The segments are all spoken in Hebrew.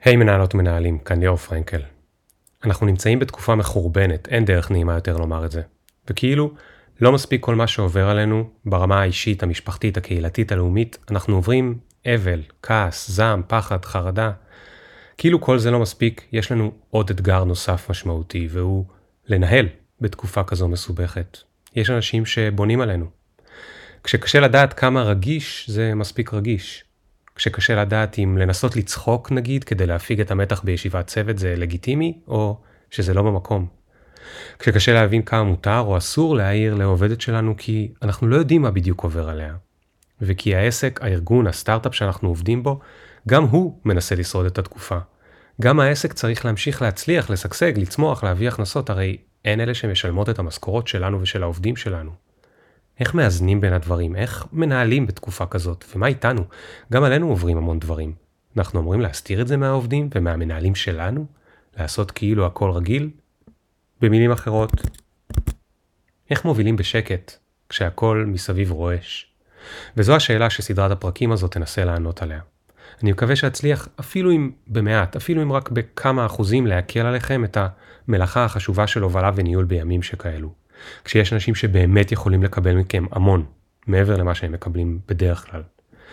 היי מנהלות ומנהלים, כאן ליאור פרנקל. אנחנו נמצאים בתקופה מחורבנת, אין דרך נעימה יותר לומר את זה. וכאילו, לא מספיק כל מה שעובר עלינו, ברמה האישית, המשפחתית, הקהילתית, הלאומית, אנחנו עוברים אבל, כעס, זעם, פחד, חרדה. כאילו כל זה לא מספיק, יש לנו עוד אתגר נוסף משמעותי, והוא לנהל בתקופה כזו מסובכת. יש אנשים שבונים עלינו. כשקשה לדעת כמה רגיש, זה מספיק רגיש. כשקשה לדעת אם לנסות לצחוק נגיד כדי להפיג את המתח בישיבת צוות זה לגיטימי או שזה לא במקום. כשקשה להבין כמה מותר או אסור להעיר לעובדת שלנו כי אנחנו לא יודעים מה בדיוק עובר עליה. וכי העסק, הארגון, הסטארט-אפ שאנחנו עובדים בו, גם הוא מנסה לשרוד את התקופה. גם העסק צריך להמשיך להצליח, לשגשג, לצמוח, להביא הכנסות, הרי אין אלה שמשלמות את המשכורות שלנו ושל העובדים שלנו. איך מאזנים בין הדברים? איך מנהלים בתקופה כזאת? ומה איתנו? גם עלינו עוברים המון דברים. אנחנו אמורים להסתיר את זה מהעובדים ומהמנהלים שלנו? לעשות כאילו הכל רגיל? במילים אחרות, איך מובילים בשקט כשהכל מסביב רועש? וזו השאלה שסדרת הפרקים הזאת תנסה לענות עליה. אני מקווה שאצליח אפילו אם במעט, אפילו אם רק בכמה אחוזים להקל עליכם את המלאכה החשובה של הובלה וניהול בימים שכאלו. כשיש אנשים שבאמת יכולים לקבל מכם המון, מעבר למה שהם מקבלים בדרך כלל.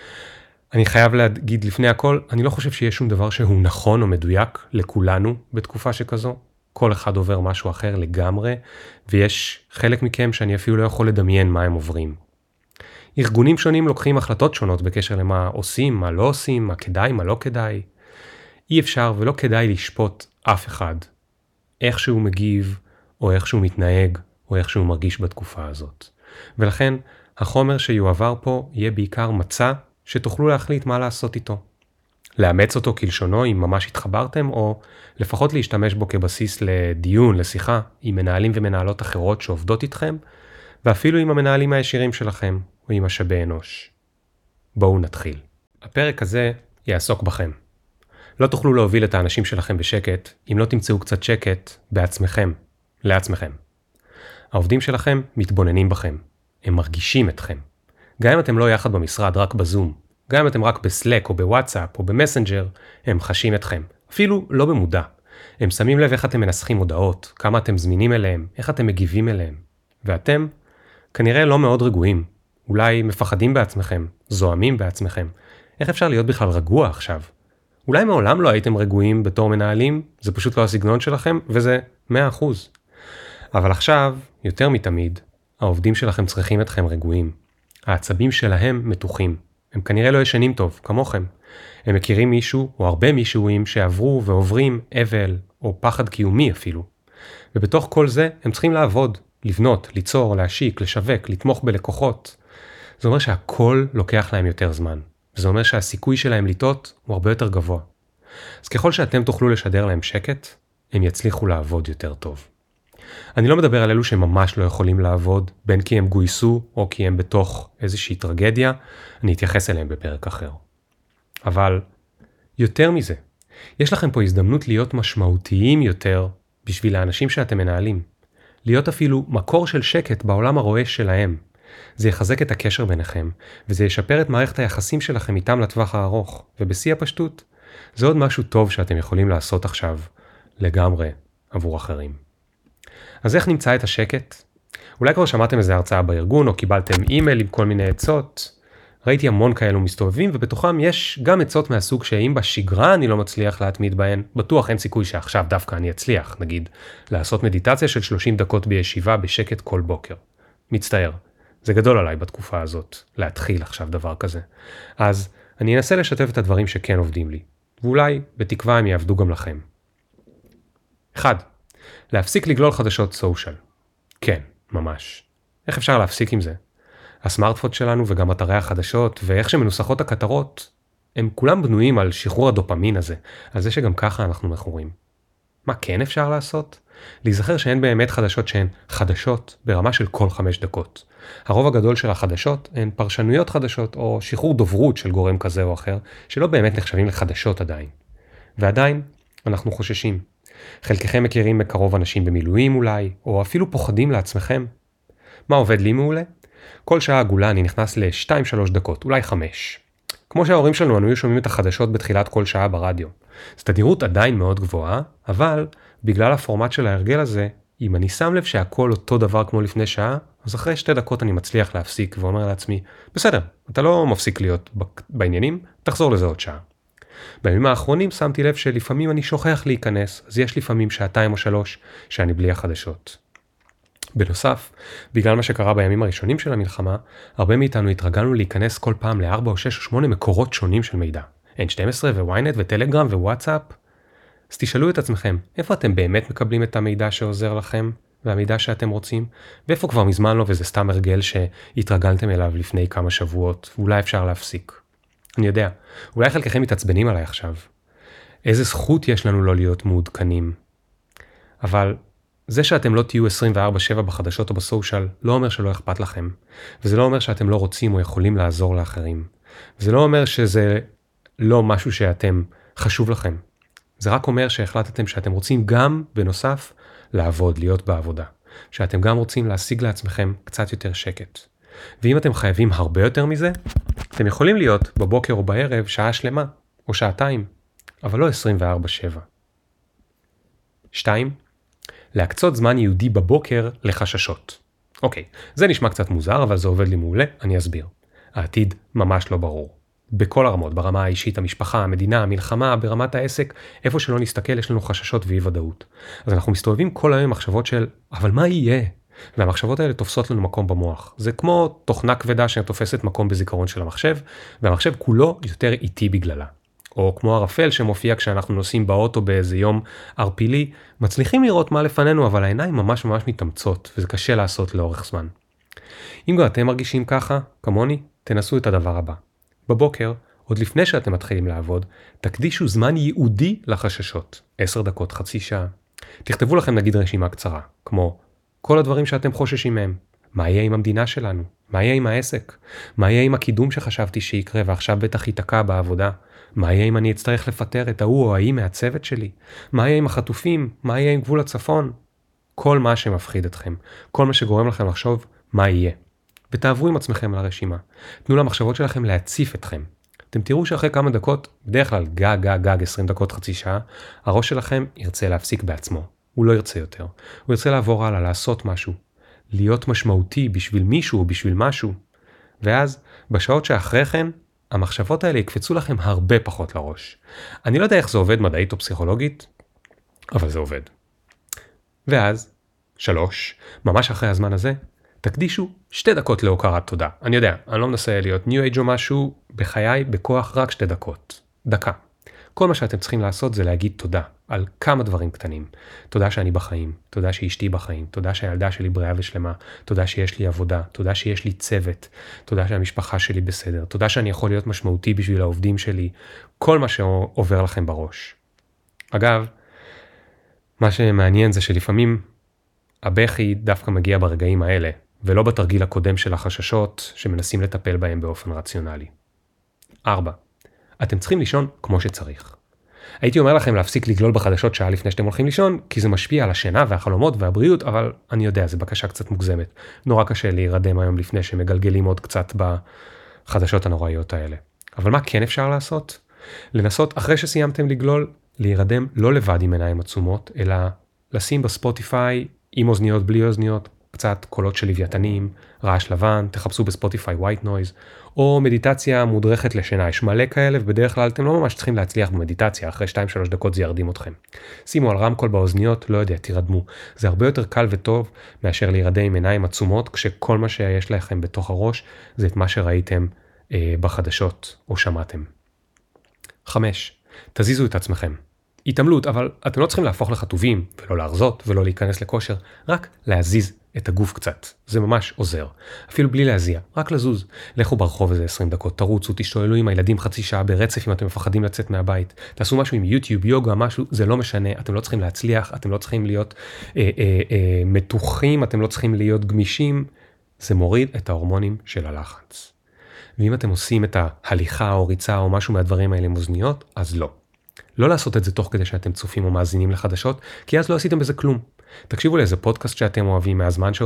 אני חייב להגיד לפני הכל, אני לא חושב שיש שום דבר שהוא נכון או מדויק לכולנו בתקופה שכזו. כל אחד עובר משהו אחר לגמרי, ויש חלק מכם שאני אפילו לא יכול לדמיין מה הם עוברים. ארגונים שונים לוקחים החלטות שונות בקשר למה עושים, מה לא עושים, מה כדאי, מה לא כדאי. אי אפשר ולא כדאי לשפוט אף אחד. איך שהוא מגיב, או איך שהוא מתנהג, או איך שהוא מרגיש בתקופה הזאת. ולכן, החומר שיועבר פה יהיה בעיקר מצע שתוכלו להחליט מה לעשות איתו. לאמץ אותו כלשונו אם ממש התחברתם, או לפחות להשתמש בו כבסיס לדיון, לשיחה, עם מנהלים ומנהלות אחרות שעובדות איתכם, ואפילו עם המנהלים הישירים שלכם, או עם משאבי אנוש. בואו נתחיל. הפרק הזה יעסוק בכם. לא תוכלו להוביל את האנשים שלכם בשקט, אם לא תמצאו קצת שקט בעצמכם, לעצמכם. העובדים שלכם מתבוננים בכם, הם מרגישים אתכם. גם אם אתם לא יחד במשרד, רק בזום, גם אם אתם רק בסלק או בוואטסאפ או במסנג'ר, הם חשים אתכם. אפילו לא במודע. הם שמים לב איך אתם מנסחים הודעות, כמה אתם זמינים אליהם, איך אתם מגיבים אליהם. ואתם כנראה לא מאוד רגועים. אולי מפחדים בעצמכם, זועמים בעצמכם. איך אפשר להיות בכלל רגוע עכשיו? אולי מעולם לא הייתם רגועים בתור מנהלים, זה פשוט לא הסגנון שלכם, וזה 100%. אבל עכשיו, יותר מתמיד, העובדים שלכם צריכים אתכם רגועים. העצבים שלהם מתוחים. הם כנראה לא ישנים טוב, כמוכם. הם מכירים מישהו, או הרבה מישהוים שעברו ועוברים אבל, או פחד קיומי אפילו. ובתוך כל זה, הם צריכים לעבוד, לבנות, ליצור, להשיק, לשווק, לתמוך בלקוחות. זה אומר שהכל לוקח להם יותר זמן. זה אומר שהסיכוי שלהם לטעות הוא הרבה יותר גבוה. אז ככל שאתם תוכלו לשדר להם שקט, הם יצליחו לעבוד יותר טוב. אני לא מדבר על אלו שממש לא יכולים לעבוד, בין כי הם גויסו או כי הם בתוך איזושהי טרגדיה, אני אתייחס אליהם בפרק אחר. אבל יותר מזה, יש לכם פה הזדמנות להיות משמעותיים יותר בשביל האנשים שאתם מנהלים. להיות אפילו מקור של שקט בעולם הרועש שלהם. זה יחזק את הקשר ביניכם, וזה ישפר את מערכת היחסים שלכם איתם לטווח הארוך, ובשיא הפשטות, זה עוד משהו טוב שאתם יכולים לעשות עכשיו, לגמרי, עבור אחרים. אז איך נמצא את השקט? אולי כבר שמעתם איזה הרצאה בארגון, או קיבלתם אימייל עם כל מיני עצות. ראיתי המון כאלו מסתובבים, ובתוכם יש גם עצות מהסוג שאם בשגרה אני לא מצליח להתמיד בהן, בטוח אין סיכוי שעכשיו דווקא אני אצליח, נגיד, לעשות מדיטציה של 30 דקות בישיבה בשקט כל בוקר. מצטער. זה גדול עליי בתקופה הזאת, להתחיל עכשיו דבר כזה. אז אני אנסה לשתף את הדברים שכן עובדים לי, ואולי בתקווה הם יעבדו גם לכם. 1. להפסיק לגלול חדשות סושיאל. כן, ממש. איך אפשר להפסיק עם זה? הסמארטפון שלנו וגם אתרי החדשות ואיך שמנוסחות הכתרות, הם כולם בנויים על שחרור הדופמין הזה, על זה שגם ככה אנחנו מכורים. מה כן אפשר לעשות? להיזכר שאין באמת חדשות שהן חדשות ברמה של כל 5 דקות. הרוב הגדול של החדשות הן פרשנויות חדשות או שחרור דוברות של גורם כזה או אחר, שלא באמת נחשבים לחדשות עדיין. ועדיין אנחנו חוששים. חלקכם מכירים מקרוב אנשים במילואים אולי, או אפילו פוחדים לעצמכם. מה עובד לי מעולה? כל שעה עגולה אני נכנס ל2-3 דקות, אולי 5. כמו שההורים שלנו היו שומעים את החדשות בתחילת כל שעה ברדיו. זו תדירות עדיין מאוד גבוהה, אבל בגלל הפורמט של ההרגל הזה, אם אני שם לב שהכל אותו דבר כמו לפני שעה, אז אחרי 2 דקות אני מצליח להפסיק ואומר לעצמי, בסדר, אתה לא מפסיק להיות בעניינים, תחזור לזה עוד שעה. בימים האחרונים שמתי לב שלפעמים אני שוכח להיכנס, אז יש לפעמים 2 או 3 שאני בלי החדשות. בנוסף, בגלל מה שקרה בימים הראשונים של המלחמה, הרבה מאיתנו התרגלנו להיכנס כל פעם ל4 או 6 או 8 מקורות שונים של מידע. N12 וויינט וטלגרם ווואטסאפ. אז תשאלו את עצמכם, איפה אתם באמת מקבלים את המידע שעוזר לכם והמידע שאתם רוצים? ואיפה כבר מזמן לא וזה סתם הרגל שהתרגלתם אליו לפני כמה שבועות, ואולי אפשר להפסיק? אני יודע, אולי חלקכם מתעצבנים עליי עכשיו. איזה זכות יש לנו לא להיות מעודכנים. אבל זה שאתם לא תהיו 24/7 בחדשות או בסושיאל לא אומר שלא אכפת לכם. וזה לא אומר שאתם לא רוצים או יכולים לעזור לאחרים. וזה לא אומר שזה לא משהו שאתם חשוב לכם. זה רק אומר שהחלטתם שאתם רוצים גם בנוסף לעבוד, להיות בעבודה. שאתם גם רוצים להשיג לעצמכם קצת יותר שקט. ואם אתם חייבים הרבה יותר מזה, אתם יכולים להיות בבוקר או בערב שעה שלמה או שעתיים, אבל לא 24/7. 2. להקצות זמן יהודי בבוקר לחששות. אוקיי, זה נשמע קצת מוזר, אבל זה עובד לי מעולה, אני אסביר. העתיד ממש לא ברור. בכל הרמות, ברמה האישית, המשפחה, המדינה, המלחמה, ברמת העסק, איפה שלא נסתכל יש לנו חששות ואי ודאות. אז אנחנו מסתובבים כל היום עם מחשבות של, אבל מה יהיה? והמחשבות האלה תופסות לנו מקום במוח. זה כמו תוכנה כבדה שתופסת מקום בזיכרון של המחשב, והמחשב כולו יותר איטי בגללה. או כמו ערפל שמופיע כשאנחנו נוסעים באוטו באיזה יום ערפילי, מצליחים לראות מה לפנינו, אבל העיניים ממש מתאמצות, וזה קשה לעשות לאורך זמן. אם גם אתם מרגישים ככה, כמוני, תנסו את הדבר הבא. בבוקר, עוד לפני שאתם מתחילים לעבוד, תקדישו זמן ייעודי לחששות. 10 דקות, חצי שעה. תכתבו לכם נגיד רשימה קצרה, כמו כל הדברים שאתם חוששים מהם. מה יהיה עם המדינה שלנו? מה יהיה עם העסק? מה יהיה עם הקידום שחשבתי שיקרה ועכשיו בטח ייתקע בעבודה? מה יהיה אם אני אצטרך לפטר את ההוא או ההיא מהצוות שלי? מה יהיה עם החטופים? מה יהיה עם גבול הצפון? כל מה שמפחיד אתכם, כל מה שגורם לכם לחשוב מה יהיה. ותעברו עם עצמכם על הרשימה. תנו למחשבות שלכם להציף אתכם. אתם תראו שאחרי כמה דקות, בדרך כלל גג 20 דקות, חצי שעה, הראש שלכם ירצה להפסיק בעצמו. הוא לא ירצה יותר. הוא ירצה לעבור הלאה, לעשות משהו. להיות משמעותי בשביל מישהו או בשביל משהו. ואז, בשעות שאחרי כן, המחשבות האלה יקפצו לכם הרבה פחות לראש. אני לא יודע איך זה עובד מדעית או פסיכולוגית, אבל זה עובד. ואז, 3, ממש אחרי הזמן הזה, תקדישו 2 דקות להוקרת תודה. אני יודע, אני לא מנסה להיות ניו אייג' או משהו, בחיי, בכוח רק 2 דקות. דקה. כל מה שאתם צריכים לעשות זה להגיד תודה על כמה דברים קטנים. תודה שאני בחיים, תודה שאשתי בחיים, תודה שהילדה שלי בריאה ושלמה, תודה שיש לי עבודה, תודה שיש לי צוות, תודה שהמשפחה שלי בסדר, תודה שאני יכול להיות משמעותי בשביל העובדים שלי, כל מה שעובר לכם בראש. אגב, מה שמעניין זה שלפעמים הבכי דווקא מגיע ברגעים האלה, ולא בתרגיל הקודם של החששות שמנסים לטפל בהם באופן רציונלי. 4. אתם צריכים לישון כמו שצריך. הייתי אומר לכם להפסיק לגלול בחדשות שעה לפני שאתם הולכים לישון, כי זה משפיע על השינה והחלומות והבריאות, אבל אני יודע, זה בקשה קצת מוגזמת. נורא קשה להירדם היום לפני שמגלגלים עוד קצת בחדשות הנוראיות האלה. אבל מה כן אפשר לעשות? לנסות אחרי שסיימתם לגלול, להירדם לא לבד עם עיניים עצומות, אלא לשים בספוטיפיי עם אוזניות בלי אוזניות, קצת קולות של לוויתנים, רעש לבן, תחפשו בספוטיפיי white noise, או מדיטציה מודרכת לשינה. יש מלא כאלה, ובדרך כלל אתם לא ממש צריכים להצליח במדיטציה, אחרי 2-3 דקות זה ירדים אתכם. שימו על רמקול באוזניות, לא יודע, תירדמו. זה הרבה יותר קל וטוב מאשר להירדם עם עיניים עצומות, כשכל מה שיש לכם בתוך הראש זה את מה שראיתם בחדשות או שמעתם. 5. תזיזו את עצמכם. התעמלות, אבל אתם לא צריכים להפוך לחטובים, ולא להרזות, ולא להיכנס לכושר, רק להזיז את הגוף קצת. זה ממש עוזר. אפילו בלי להזיע, רק לזוז. לכו ברחוב איזה 20 דקות, תרוצו, תשתוללו עם הילדים חצי שעה ברצף אם אתם מפחדים לצאת מהבית. תעשו משהו עם יוטיוב, יוגה, משהו, זה לא משנה. אתם לא צריכים להצליח, אתם לא צריכים להיות מתוחים, אתם לא צריכים להיות גמישים. זה מוריד את ההורמונים של הלחץ. ואם אתם עושים את ההליכה או ריצה או משהו מהדברים האלה עם אוזניות, אז לא. לא לעשות את זה תוך כדי שאתם צופים או מאזינים לחדשות, כי אז לא עשיתם בזה כלום. תקשיבו לאיזה פודקאסט שאתם אוהבים מהזמן שעוד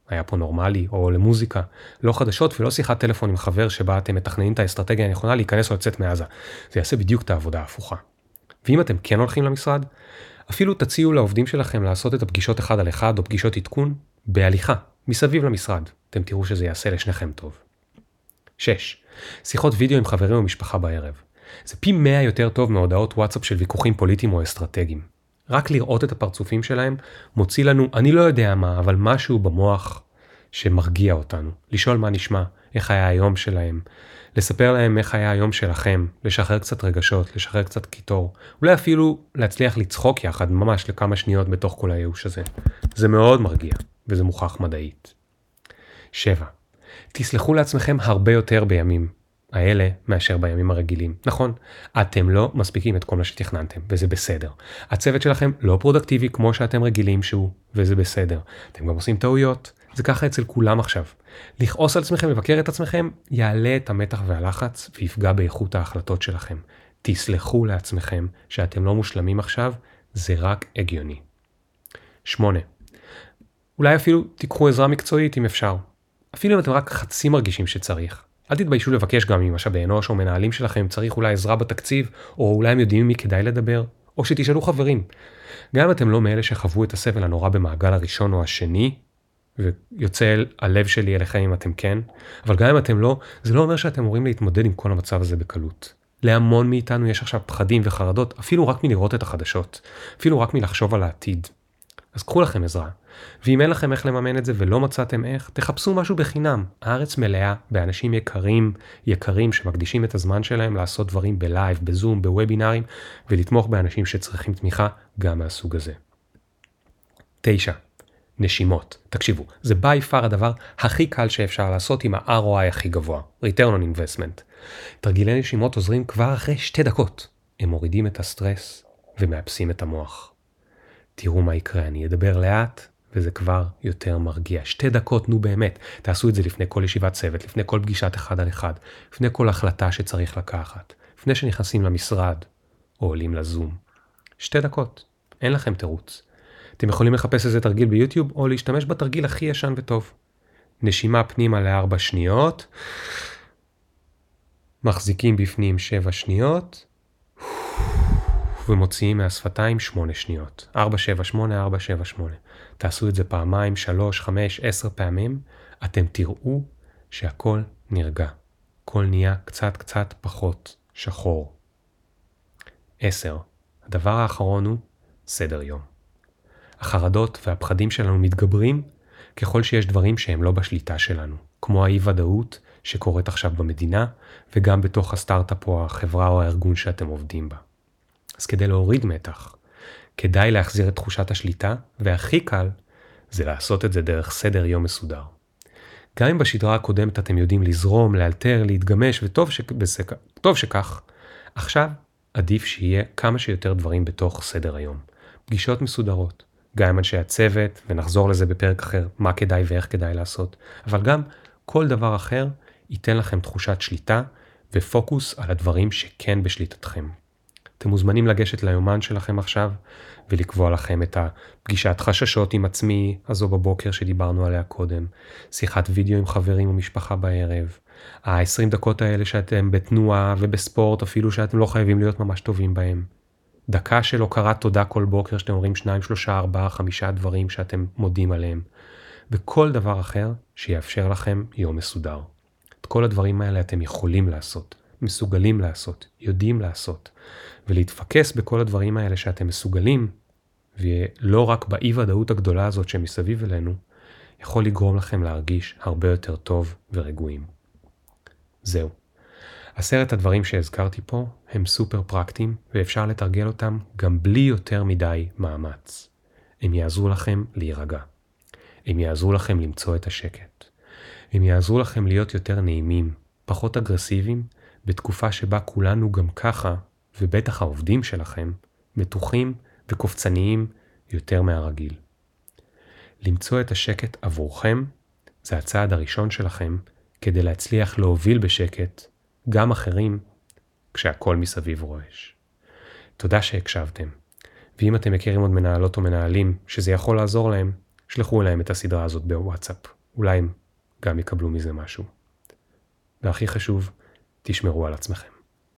היה פה נורמלי, או למוזיקה, לא חדשות ולא שיחת טלפון עם חבר שבה אתם מתכננים את האסטרטגיה הנכונה להיכנס או לצאת מעזה. זה יעשה בדיוק את העבודה ההפוכה. ואם אתם כן הולכים למשרד, אפילו תציעו לעובדים שלכם לעשות את הפגישות אחד על אחד או פגישות עדכון בהליכה, מסביב למשרד. אתם תראו שזה יעשה לשניכם טוב. 6. שיחות וידאו עם חברים ומשפחה בערב. זה פי 100 יותר טוב מהודעות וואטסאפ של ויכוחים פוליטיים או אסטרטגיים. רק לראות את הפרצופים שלהם מוציא לנו, אני לא יודע מה, אבל משהו במוח שמרגיע אותנו. לשאול מה נשמע, איך היה היום שלהם, לספר להם איך היה היום שלכם, לשחרר קצת רגשות, לשחרר קצת קיטור, אולי אפילו להצליח לצחוק יחד ממש לכמה שניות בתוך כל הייאוש הזה. זה מאוד מרגיע, וזה מוכח מדעית. 7. תסלחו לעצמכם הרבה יותר בימים האלה מאשר בימים הרגילים. נכון, אתם לא מספיקים את כל מה שתכננתם, וזה בסדר. הצוות שלכם לא פרודקטיבי כמו שאתם רגילים שהוא, וזה בסדר. אתם גם עושים טעויות, זה ככה אצל כולם עכשיו. לכעוס על עצמכם, לבקר את עצמכם, יעלה את המתח והלחץ ויפגע באיכות ההחלטות שלכם. תסלחו לעצמכם שאתם לא מושלמים עכשיו, זה רק הגיוני. 8. אולי אפילו תיקחו עזרה מקצועית אם אפשר. אפילו אם אתם רק חצי מרגישים שצריך. אל תתביישו לבקש גם ממשאבי אנוש או מנהלים שלכם אם צריך אולי עזרה בתקציב, או אולי הם יודעים מי כדאי לדבר, או שתשאלו חברים. גם אם אתם לא מאלה שחוו את הסבל הנורא במעגל הראשון או השני, ויוצא הלב שלי אליכם אם אתם כן, אבל גם אם אתם לא, זה לא אומר שאתם אמורים להתמודד עם כל המצב הזה בקלות. להמון מאיתנו יש עכשיו פחדים וחרדות, אפילו רק מלראות את החדשות, אפילו רק מלחשוב על העתיד. אז קחו לכם עזרה. ואם אין לכם איך לממן את זה ולא מצאתם איך, תחפשו משהו בחינם. הארץ מלאה באנשים יקרים שמקדישים את הזמן שלהם לעשות דברים בלייב, בזום, בוובינרים, ולתמוך באנשים שצריכים תמיכה גם מהסוג הזה. 9. נשימות. תקשיבו, זה by far הדבר הכי קל שאפשר לעשות עם ה-ROI הכי גבוה, Return on Investment. תרגילי נשימות עוזרים כבר אחרי 2 דקות. הם מורידים את הסטרס ומאפסים את המוח. תראו מה יקרה, אני אדבר לאט, וזה כבר יותר מרגיע. 2 דקות, נו באמת. תעשו את זה לפני כל ישיבת צוות, לפני כל פגישת אחד על אחד, לפני כל החלטה שצריך לקחת, לפני שנכנסים למשרד, או עולים לזום. 2 דקות. אין לכם תירוץ. אתם יכולים לחפש איזה תרגיל ביוטיוב, או להשתמש בתרגיל הכי ישן וטוב. נשימה פנימה ל4 שניות, מחזיקים בפנים 7 שניות, ומוציאים מהשפתיים 8 שניות. 4, 7, 8, 4, 7, 8. תעשו את זה פעמיים, 3, 5, 10 פעמים. אתם תראו שהכל נרגע. הכל נהיה קצת פחות שחור. 10. הדבר האחרון הוא סדר יום. החרדות והפחדים שלנו מתגברים ככל שיש דברים שהם לא בשליטה שלנו, כמו האי-ודאות שקורית עכשיו במדינה, וגם בתוך הסטארט-אפ או החברה או הארגון שאתם עובדים בה. אז כדי להוריד מתח, כדאי להחזיר את תחושת השליטה, והכי קל זה לעשות את זה דרך סדר יום מסודר. גם אם בשדרה הקודמת אתם יודעים לזרום, לאלתר, להתגמש, וטוב שכך, עכשיו עדיף שיהיה כמה שיותר דברים בתוך סדר היום. פגישות מסודרות, גם עם אנשי הצוות, ונחזור לזה בפרק אחר, מה כדאי ואיך כדאי לעשות, אבל גם כל דבר אחר ייתן לכם תחושת שליטה, ופוקוס על הדברים שכן בשליטתכם. אתם מוזמנים לגשת ליומן שלכם עכשיו, ולקבוע לכם את הפגישת חששות עם עצמי, הזו בבוקר שדיברנו עליה קודם, שיחת וידאו עם חברים ומשפחה בערב, ה-20 דקות האלה שאתם בתנועה ובספורט, אפילו שאתם לא חייבים להיות ממש טובים בהם. דקה של הוקרת תודה כל בוקר, שאתם אומרים 2, 3, 4, 5 דברים שאתם מודים עליהם, וכל דבר אחר שיאפשר לכם יום מסודר. את כל הדברים האלה אתם יכולים לעשות, מסוגלים לעשות, יודעים לעשות, ולהתפקס בכל הדברים האלה שאתם מסוגלים, ולא רק באי-ודאות הגדולה הזאת שמסביב אלינו, יכול לגרום לכם להרגיש הרבה יותר טוב ורגועים. זהו. 10 הדברים שהזכרתי פה הם סופר פרקטיים, ואפשר לתרגל אותם גם בלי יותר מדי מאמץ. הם יעזרו לכם להירגע. הם יעזרו לכם למצוא את השקט. הם יעזרו לכם להיות יותר נעימים, פחות אגרסיביים, בתקופה שבה כולנו גם ככה, ובטח העובדים שלכם, מתוחים וקופצניים יותר מהרגיל. למצוא את השקט עבורכם, זה הצעד הראשון שלכם, כדי להצליח להוביל בשקט גם אחרים, כשהכל מסביב רועש. תודה שהקשבתם. ואם אתם מכירים עוד מנהלות או מנהלים שזה יכול לעזור להם, שלחו להם את הסדרה הזאת בוואטסאפ. אולי הם גם יקבלו מזה משהו. והכי חשוב, תשמרו על עצמכם.